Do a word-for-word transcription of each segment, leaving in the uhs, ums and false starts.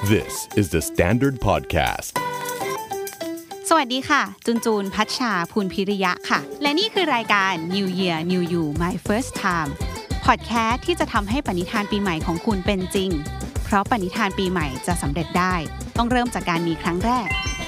This is the Standard Podcast สวัสดีค่ะจุนจูนพัชชาภูลพิริยะค่ะและนี่คือรายการ New Year New You My First Time พอดแคสต์ที่จะทำให้ปณิธานปีใหม่ของคุณเป็นจริงเพราะปณิธานปีใหม่จะสำเร็จได้ต้องเริ่มจากการมีครั้งแรก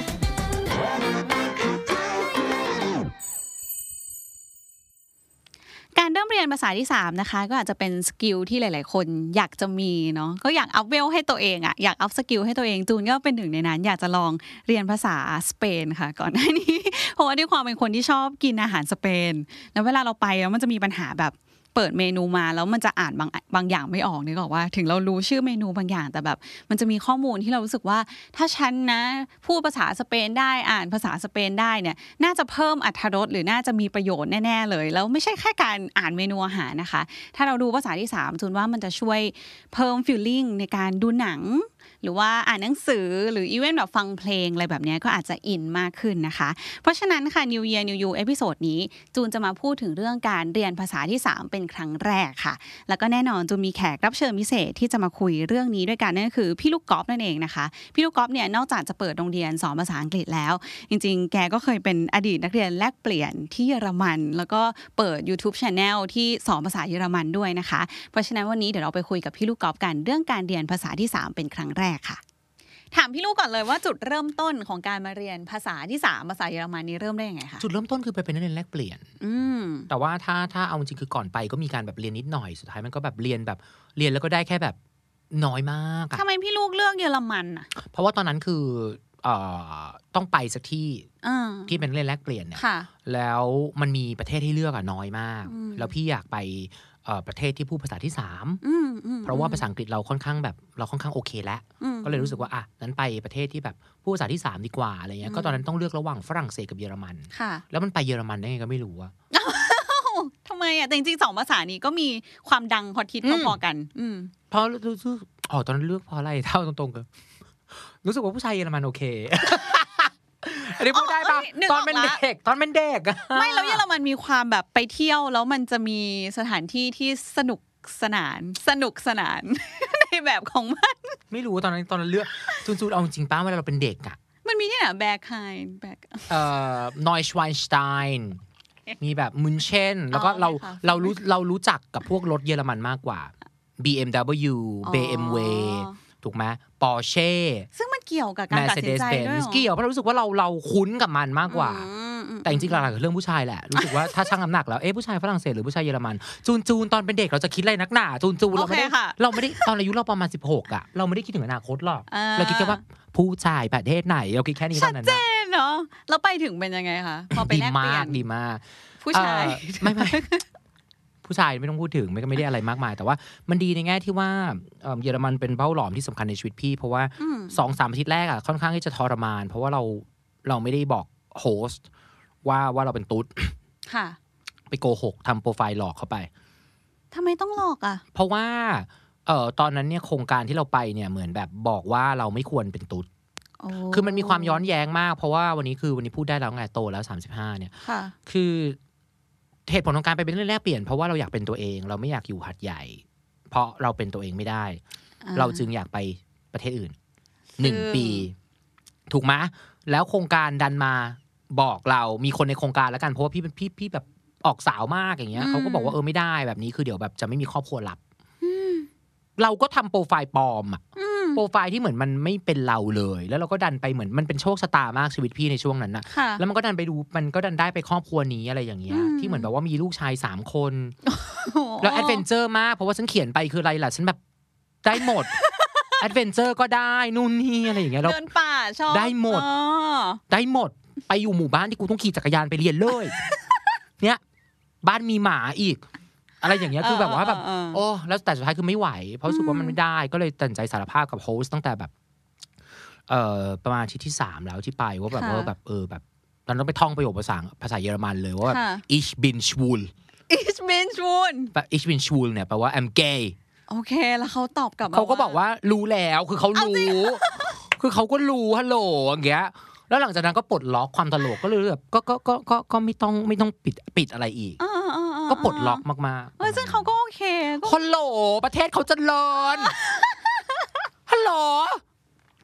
การเริ่มเรียนภาษาที่สามนะคะก็อาจจะเป็นสกิลที่หลายๆคนอยากจะมีเนาะก็อยากอัพเวลให้ตัวเองอ่ะอยากอัพสกิลให้ตัวเองจูนก็เป็นหนึ่งในนั้นอยากจะลองเรียนภาษาสเปนค่ะก่อนหน้านี้เพราะว่าด้วยความเป็นคนที่ชอบกินอาหารสเปนแล้วเวลาเราไปแล้วมันจะมีปัญหาแบบเปิดเมนูมาแล้วมันจะอ่านบางบางอย่างไม่ออกนึกออกว่าถึงเรารู้ชื่อเมนูบางอย่างแต่แบบมันจะมีข้อมูลที่เรารู้สึกว่าถ้าฉันนะพูดภาษาสเปนได้อ่านภาษาสเปนได้เนี่ยน่าจะเพิ่มอรรถรสหรือน่าจะมีประโยชน์แน่ๆเลยแล้วไม่ใช่แค่การอ่านเมนูอาหารนะคะถ้าเราดูภาษาที่สามจูนว่ามันจะช่วยเพิ่มฟีลลิ่งในการดูหนังหรือว่าอ่านหนังสือหรืออีเวนต์แบบฟังเพลงอะไรแบบนี้ก็อาจจะอินมากขึ้นนะคะเพราะฉะนั้นค่ะ New Year New You เอพิโซดนี้จูนจะมาพูดถึงเรื่องการเรียนภาษาที่สามเป็นครั้งแรกค่ะแล้วก็แน่นอนจูนมีแขกรับเชิญพิเศษที่จะมาคุยเรื่องนี้ด้วยกันนั่นก็คือพี่ลูกกอล์ฟนั่นเองนะคะพี่ลูกกอล์ฟเนี่ยนอกจากจะเปิดโรงเรียนสอนภาษาอังกฤษแล้วจริงๆแกก็เคยเป็นอดีตนักเรียนแลกเปลี่ยนที่เยอรมันแล้วก็เปิด YouTube Channel ที่สอนภาษาเยอรมันด้วยนะคะเพราะฉะนั้นวันนี้เดี๋ยวเราไปคุยกับพี่ลูกกอล์ฟกันเรื่องการเรียนภาษาที่สามเป็นครั้งแรกค่ะถามพี่ลูกก่อนเลยว่าจุดเริ่มต้นของการมาเรียนภาษาที่สามภาษาเยอรมันนี้เริ่มได้ยังไงคะจุดเริ่มต้นคือไปเป็นนักเรียนแลกเปลี่ยนแต่ว่าถ้าถ้าเอาจริงคือก่อนไปก็มีการแบบเรียนนิดหน่อยสุดท้ายมันก็แบบเรียนแบบเรียนแล้วก็ได้แค่แบบน้อยมากทำไมพี่ลูกเลือกเยอรมันอ่ะเพราะว่าตอนนั้นคือเอ่อต้องไปสักที่ที่เป็นเรียนแลกเปลี่ยนเนี่ยแล้วมันมีประเทศให้เลือกอ่ะน้อยมากแล้วพี่อยากไปประเทศที่พูดภาษาที่สามเพราะว่าภาษาอังกฤษเราค่อนข้างแบบเราค่อนข้างโอเคแล้วก็เลยรู้สึกว่าอ่ะนั้นไปประเทศที่แบบพูดภาษาที่สามดีกว่าอะไรเงี้ยก็ตอนนั้นต้องเลือกระหว่างฝรั่งเศสกับเยอรมันแล้วมันไปเยอรมันได้ไงก็ไม่รู้อะทำไมอ่ะแต่จริงๆสองภาษานี้ก็มีความดังพอทิศพอๆกันเพราะรู้สึกอ๋อตอนนั้นเลือกเพราะอะไรเท่าตรงๆกันรู้สึกว่าผู้ชายเยอรมันโอเคอันนี้พูดได้ป่ะตอนเป็นเด็กตอนเป็นเด็กไม่แล้วเยอรมันมีความแบบไปเที่ยวแล้วมันจะมีสถานที่ที่สนุกสนานสนุกสนานในแบบของมันไม่รู้ตอนนั้นตอนนั้นเลือกจูนๆเอาจริงป้าเวลาเราเป็นเด็กอ่ะมันมีที่ไหนแบกไฮแบกเอ่อนอยชไวน์สไตน์มีแบบมุนเช่นแล้วก็เราเรารู้เรารู้จักกับพวกรถเยอรมันมากกว่า บี เอ็ม ดับเบิลยู บี เอ็ม ดับเบิลยู ถูกไหม Porsche ซึ่งมันเกี่ยวกับการตัดสินใจด้วยหรอเกี่ยวเพราะรู้สึกว่าเราเราคุ้นกับมันมากกว่าแต่จริงๆหลักๆคือเรื่องผู้ชายแหละรู้สึกว่าถ้าชั่งน้ำหนักแล้วเอ๊ะผู้ชายฝรั่งเศสหรือผู้ชายเยอรมันจูนจูนตอนเป็นเด็กเราจะคิดอะไรนักหนาจูนจูนเราไม่ได้เราไม่ได้ตอนอายุเราประมาณสิบหกอ่ะเราไม่ได้คิดถึงอนาคตหรอกเราคิดแค่ว่าผู้ชายประเทศไหนเราคิดแค่นี้เท่านั้นชัดเจนเนาะแล้วไปถึงเป็นยังไงคะพอไปแลกเปลี่ยนดีมากผู้ชายไม่ไม่ผู้ชายไม่ต้องพูดถึงไม่ก็ไม่ได้อะไรมากมายแต่ว่ามันดีในแง่ที่ว่าเยอรมันเป็นเบ้าหลอมที่สำคัญในชีวิตพี่เพราะว่า สองถึงสาม อาทิตย์แรกอ่ะค่อนข้างที่จะทรมานเพราะว่าเราเราไม่ได้บอกโฮสต์ว่าว่าเราเป็นตุ๊ดค่ะไปโกหกทำโปรไฟล์หลอกเข้าไปทำไมต้องหลอกอ่ะเพราะว่าเอ่อตอนนั้นเนี่ยโครงการที่เราไปเนี่ยเหมือนแบบบอกว่าเราไม่ควรเป็นตุ๊ดคือมันมีความย้อนแย้งมากเพราะว่าวันนี้คือวันนี้พูดได้แล้วไงโตแล้วสามสิบห้าเนี่ยคือเหตุผลของการไปเป็นเรื่องแรกเปลี่ยนเพราะว่าเราอยากเป็นตัวเองเราไม่อยากอยู่หัดใหญ่เพราะเราเป็นตัวเองไม่ได้เราจึงอยากไปประเทศอื่นหนึ่งปีถูกไหมแล้วโครงการดันมาบอกเรามีคนในโครงการแล้วกันเพราะว่าพี่เป็นพี่พี่แบบออกสาวมากอย่างเงี้ยเขาก็บอกว่าเออไม่ได้แบบนี้คือเดี๋ยวแบบจะไม่มีครอบครัวหลับเราก็ทำโปรไฟล์ปลอมอะโปรไฟล์ที่เหมือนมันไม่เป็นเราเลยแล้วเราก็ดันไปเหมือนมันเป็นโชคชะตามากชีวิตพี่ในช่วงนั้นนะแล้วมันก็ดันไปดูมันก็ดันได้ไปครอบครัวนี้อะไรอย่างเงี้ยที่เหมือนแบบว่ามีลูกชายสามคนแล้วแอดเวนเจอร์มากเพราะว่าฉันเขียนไปคืออะไรล่ะฉันแบบได้หมดแอดเวนเจอร์ก็ได้นู่นนี่อะไรอย่างเงี้ยเดินป่าชอบได้หมดได้หมดไปอยู่หมู่บ้านที่กูต้องขี่จักรยานไปเรียนเลยเนี่ยบ้านมีหมาอีกอะไรอย่างเงี้ยคือแบบว่าแบบโอ้แล้วแต่สุดท้ายคือไม่ไหวเพราะรู้สึกว่ามันไม่ได้ก็เลยตัดใจสารภาพกับโฮสต์ตั้งแต่แบบเอ่อประมาณอาทิตย์ที่สามแล้วที่ไปว่าแบบว่าแบบเออแบบตอนนั้นไปท่องประโยคภาษาภาษาเยอรมันเลยว่าแบบ ich bin schwul ich bin schwul แบบ ich bin schwul เนี่ยแปลว่า I'm gay โอเคแล้วเขาตอบกลับมาเขาก็บอกว่ารู้แล้วคือเขารู้คือเขาก็รู้ฮัลโหลอย่างเงี้ยแล้วหลังจากนั้นก็ปลดล็อกความตลกก็เลยแบบก็ก็ก็ก็ก็ไม่ต้องไม่ต้องปิดปิดอะไรอีกก็ปลดล็อกมากๆเออซึ่งเขาก็โอเคฮัลโหลประเทศเขาเจริญฮัลโหล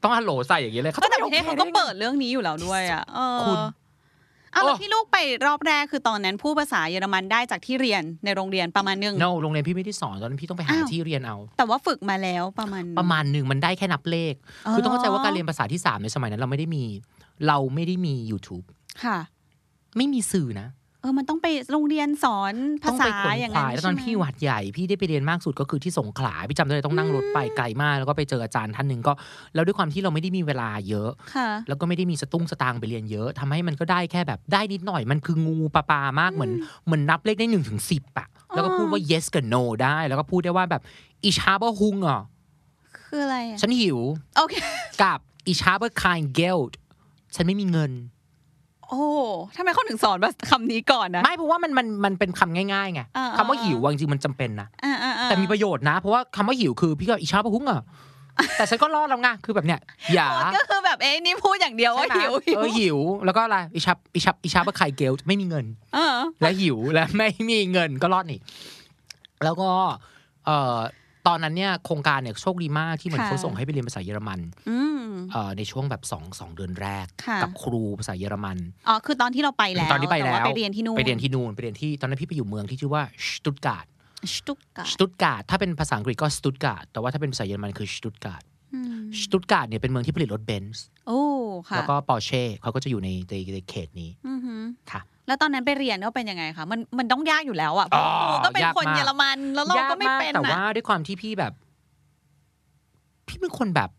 ต้องฮัลโหลใส่อย่างนี้เลยก็แต่ประเทศเขาก็เปิดเรื่องนี้อยู่แล้วด้วยอ่ะเออคุณเอาแล้วที่ลูกไปรอบแรกคือตอนนั้นพูดภาษาเยอรมันได้จากที่เรียนในโรงเรียนประมาณนึง no โรงเรียนพี่ไม่ได้สอนตอนนั้นพี่ต้องไปหาที่เรียนเอาแต่ว่าฝึกมาแล้วประมาณประมาณนึงมันได้แค่นับเลขคือต้องเข้าใจว่าการเรียนภาษาที่สามในสมัยนั้นเราไม่ได้มีเราไม่ได้มี YouTube ค่ะไม่มีสื่อนะเออมันต้องไปโรงเรียนสอนภาษาอย่างนั้นแล้วตอนพี่วัดใหญ่พี่ได้ไปเรียนมากสุดก็คือที่สงขลาพี่จำได้เลยต้องนั่งรถไปไกลมากแล้วก็ไปเจออาจารย์ท่านนึงก็แล้วด้วยความที่เราไม่ได้มีเวลาเยอะแล้วก็ไม่ได้มีสตุ้งสตางค์ไปเรียนเยอะทำให้มันก็ได้แค่แบบได้นิดหน่อยมันคืองูปลาปามากเหมือนเหมือนนับเลขได้หนึ่งถึงสิบอะแล้วก็พูดว่า yes กับ no ได้แล้วก็พูดได้ว่าแบบ ich habe Hunger คืออะไรอ่ะฉันหิวโอเคกับ ich habe kein Geld ฉันไม่มีเงินโอ้ทำไมเขาถึงสอนคำนี้ก่อนนะไม่เพราะว่ามันมันมันเป็นคำง่ายๆไงคำว่าหิวจริงๆมันจำเป็นนะแต่มีประโยชน์นะเพราะว่าคำว่าหิวคือพี่ก็อิชาปะหุ้งอ่ะแต่ฉันก็รอดแล้วไงคือแบบเนี้ยอย่าก็คือแบบเอ้นี่พูดอย่างเดียวว่าหิวเออหิวแล้วก็อะไรอิชาอิชาอิชาปะไข่เกลไม่มีเงินและหิวและไม่มีเงินก็รอดนี่แล้วก็เอ่อตอนนั้นเนี่ยโครงการเนี่ยโชคดีมากที่เหมือนเขาส่งให้ไปเรียนภาษาเยอรมันในช่วงแบบสอง สองเดือนแรกกับครูภาษาเยอรมันอ๋อคือตอนที่เราไปแล้วตอนที่ไปแล้วไปเรียนที่นู่นไปเรียนที่นู่นไปเรียนที่ตอนนั้นพี่ไปอยู่เมืองที่ชื่อว่าสตุตการ์ดสตุตการ์ดสตุตการ์ดถ้าเป็นภาษาอังกฤษก็สตุตการ์ดแต่ว่าถ้าเป็นภาษาเยอรมันคือสตุตการ์ดสตุตการ์ดเนี่ยเป็นเมืองที่ผลิตรถเบนซ์โอ้ค่ะแล้วก็ปอร์เช่เขาก็จะอยู่ในในเขตนี้ค่ะแล้วตอนนั้นไปเรียนก็เป็นยังไงคะมันมันต้องยากอยู่แล้วอ่ะเพราะครูก็เป็นคนเยอรมันแล้วเราก็ไม่เป็นแต่ว่าด้วยความที่พี่แบบพี่เป็นคนแบบ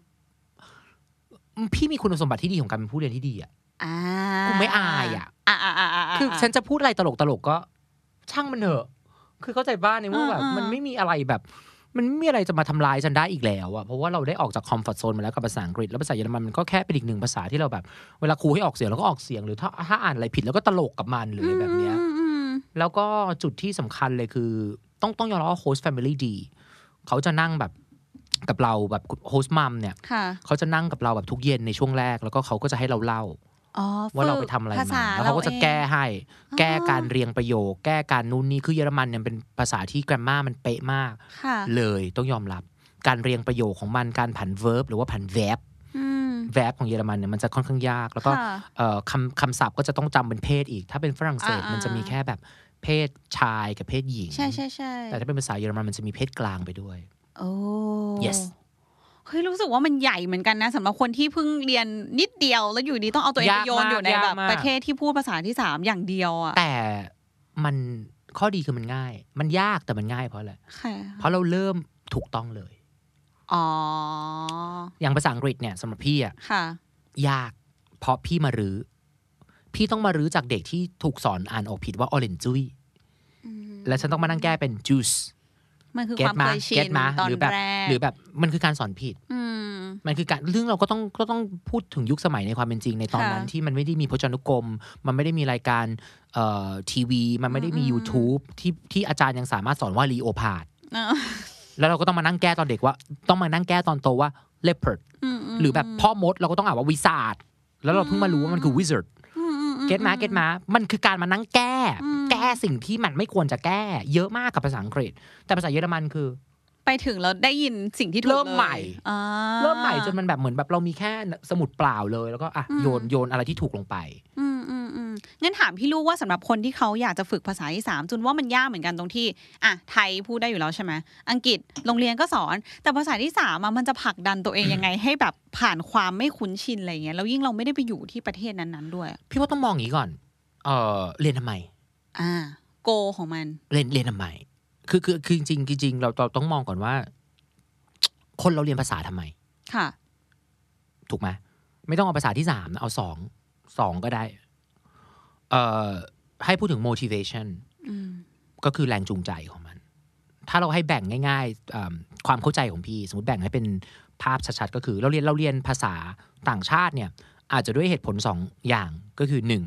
พี่มีคุณสมบัติที่ดีของการเป็นผู้เรียนที่ดีอ่ะกูไม่อายอ่ะคือฉันจะพูดอะไรตลกตลกก็ช่างมันเถอะคือเข้าใจบ้านในว่าแบบมันไม่มีอะไรแบบมันไม่มีอะไรจะมาทำลายฉันได้อีกแล้วอ่ะเพราะว่าเราได้ออกจากคอมฟอร์ทโซนมาแล้วกับภาษาอังกฤษแล้วภาษาเยอรมันมันก็แค่เป็นอีกหนึ่งภาษาที่เราแบบเวลาครูให้ออกเสียงเราก็ออกเสียงหรือถ้าถ้าอ่านอะไรผิดแล้วก็ตลกกับมันเลยแบบเนี้ยแล้วก็จุดที่สำคัญเลยคือต้องต้องยอมรับว่าโฮสต์แฟมิลี่ดีเขาจะนั่งแบบกับเราแบบโฮสต์มัมเนี่ยเขาจะนั่งกับเราแบบทุกเย็นในช่วงแรกแล้วก็เขาก็จะให้เราเล่าว่าเราไปทำอะไรมาแล้วเขาก็จะแก้ให้แก้การเรียงประโยคแก้การนู่นนี่คือเยอรมันเนี่ยเป็นภาษาที่แกรมมามันเป๊ะมากเลยต้องยอมรับการเรียงประโยคของมันการผัน verb หรือว่าผัน verb verb ของเยอรมันเนี่ยมันจะค่อนข้างยากแล้วก็คำคำศัพท์ก็จะต้องจำเป็นเพศอีกถ้าเป็นฝรั่งเศสมันจะมีแค่แบบเพศชายกับเพศหญิงใช่ใช่ใช่แต่ถ้าเป็นภาษาเยอรมันมันจะมีเพศกลางไปด้วยโอ้ yes เฮ้ยรู้สึกว่ามันใหญ่เหมือนกันนะสำหรับคนที่เพิ่งเรียนนิดเดียวแล้วอยู่ดีต้องเอาตัวเองไปโยนอยู่ในแบบประเทศที่พูดภาษาที่สามอย่างเดียวอ่ะแต่มันข้อดีคือมันง่ายมันยากแต่มันง่ายเพราะอะไรเพราะเราเริ่มถูกต้องเลยอ๋ออย่างภาษาอังกฤษเนี่ยสำหรับพี่อ่ะยากเพราะพี่มารื้อพี่ต้องมารื้อจากเด็กที่ถูกสอนอ่านออกผิดว่า orange juice และฉันต้องมานั่งแก้เป็น juice มันคือความเคยชินตอนแรกหรือแบบมันคือการสอนผิดมันคือการเรื่องเราก็ต้องก็ต้องพูดถึงยุคสมัยในความเป็นจริงในตอนนั้นที่มันไม่ได้มีพจนานุกรมมันไม่ได้มีรายการเอ่อทีวีมันไม่ได้มี YouTube ที่ที่อาจารย์ยังสามารถสอนว่าลีโอพาร์ดแล้วเราก็ต้องมานั่งแก้ตอนเด็กว่าต้องมานั่งแก้ตอนโตว่า leopard หรือแบบพ่อมดเราก็ต้องอ่านว่าวิซาร์ดแล้วเราเพิ่งมารู้ว่ามันคือ wizardเก็ตมาเก็ตมามันคือการมานั่งแก้แก้สิ่งที่มันไม่ควรจะแก้เยอะมากกับภาษาอังกฤษแต่ภาษาเยอรมันคือไปถึงเราได้ยินสิ่งที่ถูกเริ่มใหม่เริ่มใหม่จนมันแบบเหมือนแบบเรามีแค่สมุดเปล่าเลยแล้วก็อ่ะโยนโยนอะไรที่ถูกลงไปอืมอืมอืมงั้นถามพี่ลูกว่าสำหรับคนที่เขาอยากจะฝึกภาษาที่สามจุนว่ามันยากเหมือนกันตรงที่อ่ะไทยพูดได้อยู่แล้วใช่ไหมอังกฤษโรงเรียนก็สอนแต่ภาษาที่สามมันจะผลักดันตัวเองยังไงให้แบบผ่านความไม่คุ้นชินอะไรเงี้ยแล้วยิ่งเราไม่ได้ไปอยู่ที่ประเทศนั้นๆด้วยพี่ว่าต้องมองอย่างนี้ก่อนเออเรียนทำไมอ่าโกของมันเรียนเรียนทำไมคือคือคือจริงจริงเราเราต้องมองก่อนว่าคนเราเรียนภาษาทำไมค่ะถูกไหมไม่ต้องเอาภาษาที่สามนะเอาสองสองก็ได้เอ่อให้พูดถึง motivation ก็คือแรงจูงใจของมันถ้าเราให้แบ่งง่ายๆความเข้าใจของพี่สมมติแบ่งให้เป็นภาพชัดๆก็คือเราเรียนเราเรียนภาษาต่างชาติเนี่ยอาจจะด้วยเหตุผลสองอย่างก็คือหนึ่ง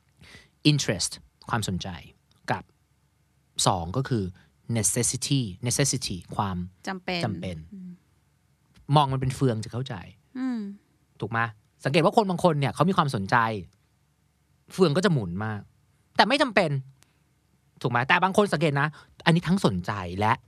interest ความสนใจกับสองก็คือ necessity necessity ความจำเป็นจำเป็นมองมันเป็นเฟืองจะเข้าใจถูกไหมสังเกตว่าคนบางคนเนี่ยเขามีความสนใจเฟืองก็จะหมุนมากแต่ไม่จำเป็นถูกไหมแต่บางคนสังเกตนะอันนี้ทั้งสนใจและ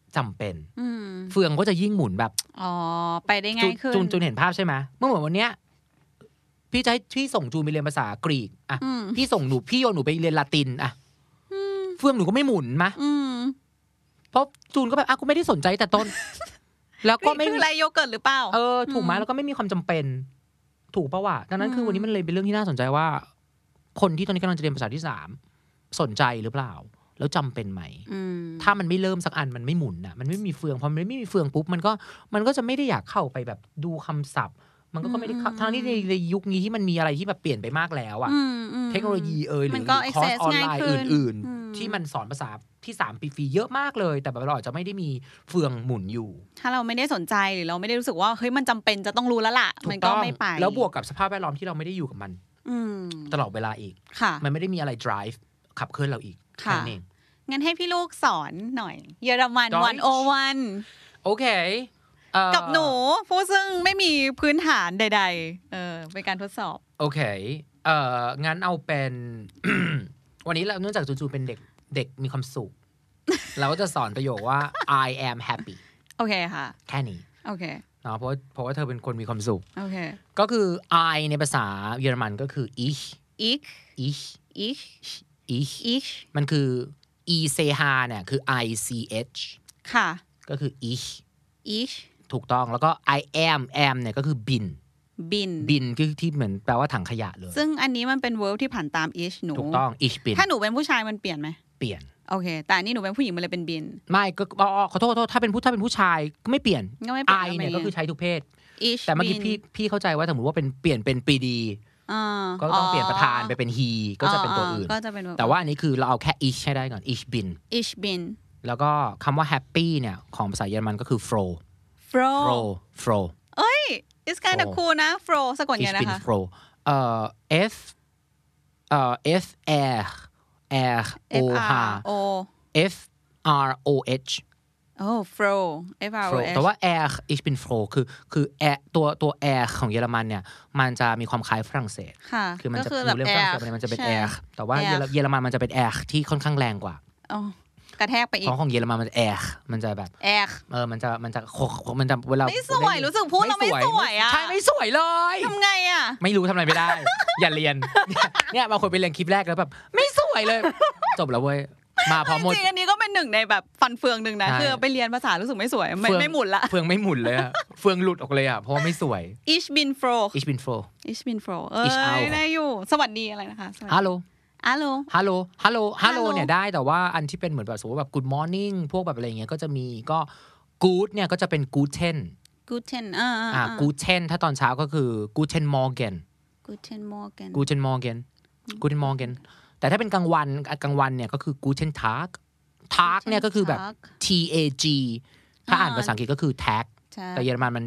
จำเป็นเฟืองก็จะยิ่งหมุนแบบอ๋อไปได้ง่ายขึ้นจูนจูนเห็นภาพใช่ไหมเมื่อเหมือนวันเนี้ยพี่จะให้พี่ส่งจูนไปเรียนภาษากรีกอ่ะพี่ส่งหนูพี่โยนหนูไปเรียนละตินอ่ะเฟืองหนูก็ไม่หมุนมะเพราะจูนก็แบบอ่ะกูไม่ได้สนใจแต่ต้นแล้วก็ไม่คืออะไรโยเกิร์ตหรือเปล่าเออถูกไหมแล้วก็ไม่มีความจำเป็นถูกป่ะวะดังนั้นคือวันนี้มันเลยเป็นเรื่องที่น่าสนใจว่าคนที่ตอนนี้กำลังจะเรียนภาษาที่สามสนใจหรือเปล่าแล้วจำเป็นไหมถ้ามันไม่เริ่มสักอันมันไม่หมุนอ่ะมันไม่มีเฟืองพอมันไม่มีเฟืองปุ๊บมันก็มันก็จะไม่ได้อยากเข้าไปแบบดูคำศัพท์มันก็ไม่ได้ทั้งที่ในยุคนี้ที่มันมีอะไรที่แบบเปลี่ยนไปมากแล้วอ่ะเทคโนโลยีเอ่ยหรือคอร์สออนไลน์อื่นๆที่มันสอนภาษาที่สามปีฟรีเยอะมากเลยแต่แบบเราอาจจะไม่ได้มีเฟืองหมุนอยู่ถ้าเราไม่ได้สนใจหรือเราไม่ได้รู้สึกว่าเฮ้ยมันจำเป็นจะต้องรู้แล้วล่ะมันก็ไม่ไปแล้วบวกกับสภาพแวดล้อมที่เราไม่ได้อยู่กับมันตลอดเวลาอีกมันไม่ได้มีอะไร drive ขับเคลื่อนเราอีกแค่นี้งั้นให้พี่ลูกสอนหน่อยเยอรมันหนึ่งศูนย์หนึ่งโอเคกับหนูผู้ซึ่งไม่มีพื้นฐานใดๆเออเป็นการทดสอบโอเคเอ่องั้นเอาเป็น วันนี้เราเนื่องจากจูๆเป็นเด็กเด็กมีความสุขเราก็จะสอนประโยคว่า I am happy โอเคค่ะแค่นี้โอเคเนาะเพราะเพราะว่าเธอเป็นคนมีความสุขโอเคก็คือ I ในภาษาเยอรมันก็คือ ich ich ich ich ich ich มันคือ e c h เนี่ยคือ I c h ค่ะก็คือ ich ich ถูกต้องแล้วก็ I am am เนี่ยก็คือ bin bin bin คือที่เหมือนแปลว่าถังขยะเลยซึ่งอันนี้มันเป็น verb ที่ผ่านตาม ich หนูถูกต้อง ich bin ถ้าหนูเป็นผู้ชายมันเปลี่ยนไหมเปลี่ยนโอเคแต่อันนี้หนูเป็นผู้หญิงมันเลยเป็น bin ไม่ก็ขอโทษขอโทษถ้าเป็นผู้ถ้าเป็นผู้ชายก็ไม่เปลี่ยน I เนี่ยก็คือใช้ทุกเพศแต่เมื่อกี้พี่พี่เข้าใจว่าสมมติว่าเป็นเปลี่ยนเป็น pd ก็ต้องเปลี่ยนประธานไปเป็น he ก็จะเป็นตัวอื่นแต่ว่าอันนี้คือเราเอาแค่ ich ให้ได้ก่อน ich bin ich bin แล้วก็คำว่า happy เนี่ยของภาษาเยอรมันก็คือ froh froh froh เอ้ย it's kind of cool นะ froh สะกดยังไงนะคะ ich bin froh เอ่อ f เอ่อ f r r o h f r o h โอ้ froh f r o h แต่ว่า r ich bin froh คือคือ r ตัวตัว r ของเยอรมันเนี่ยมันจะมีความคล้ายฝรั่งเศสคือมันจะเรื่องฝรั่งเศสมันจะเป็น r แต่ว่าเยอรมันมันจะเป็น r ที่ค่อนข้างแรงกว่ากระแทกไปอีกของของเยอรมันมันจะแอกมันจะแบบแอกเออมันจะมันจะมันจะเวลาไม่สวยรู้สึกพูดแล้วไม่สวยอ่ะใช่ไม่สวยเลยทำไงอ่ะไม่รู้ทำอะไรไม่ได้อย่าเรียนเนี่ยบางคนไปเรียนคลิปแรกแล้วแบบไม่สวยเลยจบแล้วเว้ยมาพร้อมหมดจริงอันนี้ก็เป็นหนึ่งในแบบฟันเฟืองหนึ่งนะคือไปเรียนภาษารู้สึกไม่สวยไม่ไม่หมุนละเฟืองไม่หมุนเลยอะเฟืองหลุดออกเลยอะเพราะว่าไม่สวย ich bin froh ich bin froh ich bin froh เออได้อยู่สวัสดีอะไรนะคะฮัลโหลฮัลโหลฮัลโหลฮัลโหลฮัลโหลเนี่ยได้แต่ว่าอันที่เป็นเหมือนแบบสมมติแบบ good morning พวกแบบอะไรเงี้ยก็จะมีก็ good เนี่ยก็จะเป็น guten guten อ่าอ่า guten ถ้าตอนเช้าก็คือ guten morgen guten morgen guten morgen guten morgen แต่ถ้าเป็นกลางวันกลางวันเนี่ยก็คือ guten tag tag เนี่ยก็คือแบบ t a g ถ้าอ่านภาษาอังกฤษก็คือ tag แต่เยอรมันมัน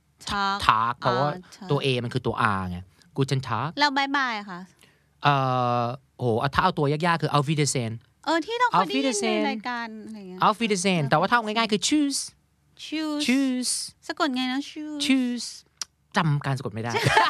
tag เพราะว่าตัว a มันคือตัว r ไง guten tag แล้วบายบายค่ะเอ่อโหถ้าเอาตัวยากๆคือ auf Wiedersehen เออที่เราเคยได้ยินในรายการอะไรเงี้ย auf Wiedersehen แต่ว่าถ้าง่ายๆคือ choose choose choose สะกดไงนะ choose choose จำการสะกดไม่ได้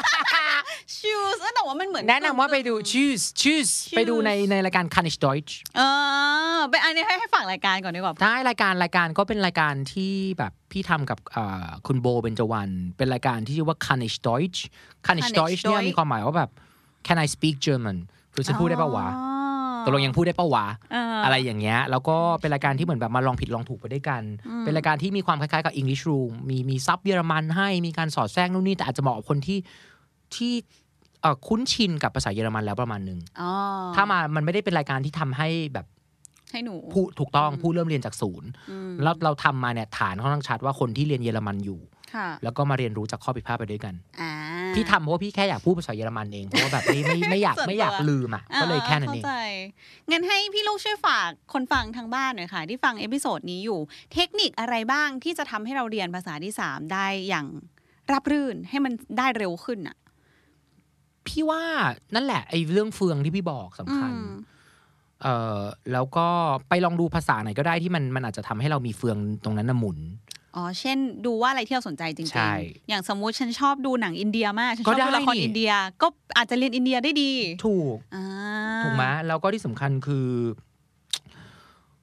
choose แต่ว่ามันเหมือนแนะนำว่าไปดู choose choose ไปดูในในรายการ Kann ich Deutsch เออไปอันนี้ให้ให้ฝั่งรายการก่อนดีกว่าได้รายการรายการก็เป็นรายการที่แบบพี่ทำกับคุณโบเบญจวรรณเป็นรายการที่ชื่อว่า Kann ich Deutsch Kann ich Deutsch เนี่ยมีความหมายว่าแบบ Can I speak German คือฉันพูดได้ป่าววะตกลงยังพูดได้ป่าววะอะไรอย่างเงี้ยแล้วก็เป็นรายการที่เหมือนแบบมาลองผิดลองถูกไปด้วยกันเป็นรายการที่มีความคล้ายๆกับ English Room มีมีซับเยอรมันให้มีการสอดแทรกนู่นนี่แต่อาจจะเหมาะกับคนที่ที่คุ้นชินกับภาษาเยอรมันแล้วประมาณนึงถ้ามามันไม่ได้เป็นรายการที่ทำให้แบบให้หนูพูดถูกต้องผู้เริ่มเรียนจากศูนย์แล้วเราทำมาเนี่ยฐานค่อนข้างชัดว่าคนที่เรียนเยอรมันอยู่แล้วก็มาเรียนรู้จากข้อผิดพลาดไปด้วยกันพี่ทำเพราะว่าพี่แค่อยากพูดภาษาเยอรมันเองเพราะว่าแบบไม่ไม่ไม่อยากไม่อยากลืมอ่ะก็เลยแค่นั้นเองงั้นให้พี่ลูกช่วยฝากคนฟังทางบ้านหน่อยค่ะที่ฟังเอพิโซดนี้อยู่เทคนิคอะไรบ้างที่จะทำให้เราเรียนภาษาที่สามได้อย่างราบรื่นให้มันได้เร็วขึ้นอ่ะพี่ว่านั่นแหละไอ้เรื่องเฟืองที่พี่บอกสำคัญเอ่อแล้วก็ไปลองดูภาษาไหนก็ได้ที่มันมันอาจจะทำให้เรามีเฟืองตรงนั้นน่ะหมุนอ๋อเช่นดูว่าอะไรที่เราสนใจจริงๆอย่างสมมุติฉันชอบดูหนังอินเดียมากฉันชอบดูละครอินเดียก็อาจจะเรียนอินเดียได้ดีถูกถูกไหมแล้วก็ที่สำคัญคือ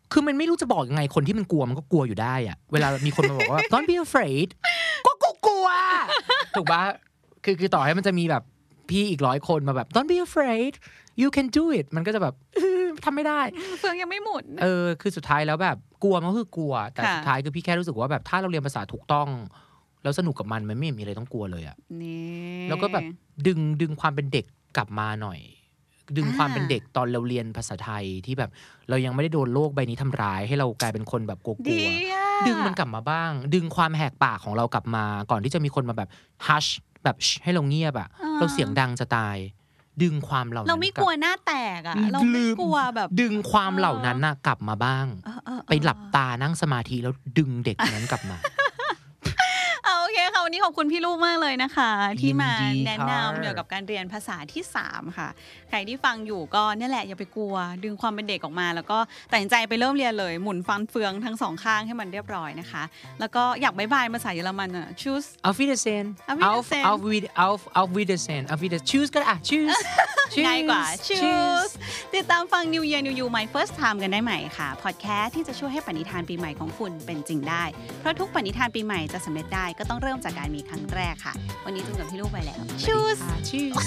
คือมันไม่รู้จะบอกยังไงคนที่มันกลัวมันก็กลัวอยู่ได้อะเวลามีคนมาบอกว่า don't be afraid ก็กลัวถูกปะคือคือต่อให้มันจะมีแบบพี่อีกร้อยคนมาแบบ don't be afraid you can do it มันก็จะแบบทำไม่ได้เฟืองยังไม่หมุนเออคือสุดท้ายแล้วแบบกลัวมันก็คือกลัวแต่สุดท้ายคือพี่แค่รู้สึกว่าแบบถ้าเราเรียนภาษาถูกต้องแล้วสนุกกับมันมันไม่มีอะไรต้องกลัวเลยอะแล้วก็แบบดึงดึงความเป็นเด็กกลับมาหน่อยดึงความเป็นเด็กตอนเราเรียนภาษาไทยที่แบบเรายังไม่ได้โดนโลกใบนี้ทำร้ายให้เรากลายเป็นคนแบบกลัวๆดึงมันกลับมาบ้างดึงความแหกปากของเรากลับมาก่อนที่จะมีคนมาแบบ hush แบบให้เราเงียบอะเราเสียงดังจะตายดึงความเหล่านั้นเราไม่กลัวหน้าแตกอะเราไม่กลัวแบบดึงความเหล่านั้นน่ะกลับมาบ้างไปหลับตานั่งสมาธิแล้วดึงเด็กนั้นกลับมาโอเคค่ะวันนี้ขอบคุณพี่ลูกมากเลยนะคะที่มาแนะนำเกี่ยวกับการเรียนภาษาที่สามค่ะใครที่ฟังอยู่ก็นี่แหละอย่าไปกลัวดึงความเป็นเด็กออกมาแล้วก็ตัดสินใจไปเริ่มเรียนเลยหมุนฟันเฟืองทั้งสองข้างให้มันเรียบร้อยนะคะแล้วก็อยากบ๊ายบายภาษาเยอรมันอ่ะ choose auf Wiedersehen auf auf auf auf Wiedersehen auf Wiedersehen choose ก็ได้ choose ง่ายกว่า choose ติดตามฟัง New Year New You My First Time กันได้ใหม่ค่ะพอดแคสต์ที่จะช่วยให้ปณิธานปีใหม่ของคุณเป็นจริงได้เพราะทุกปณิธานปีใหม่จะสำเร็จได้ก็ต้องเริ่มจากการมีครั้งแรกค่ะวันนี้จูนกับพี่ลูกไปแล้ว choose choose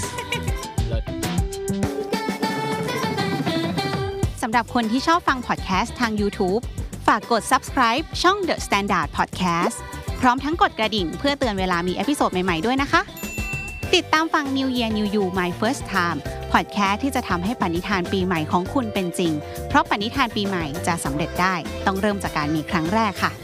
สำหรับคนที่ชอบฟังพอดแคสต์ทาง YouTube ฝากกด Subscribe ช่อง The Standard Podcast พร้อมทั้งกดกระดิ่งเพื่อเตือนเวลามีเอพิโซดใหม่ๆด้วยนะคะติดตามฟัง New Year New You My First Time พอดแคสต์ที่จะทำให้ปณิธานปีใหม่ของคุณเป็นจริงเพราะปณิธานปีใหม่จะสำเร็จได้ต้องเริ่มจากการมีครั้งแรกค่ะ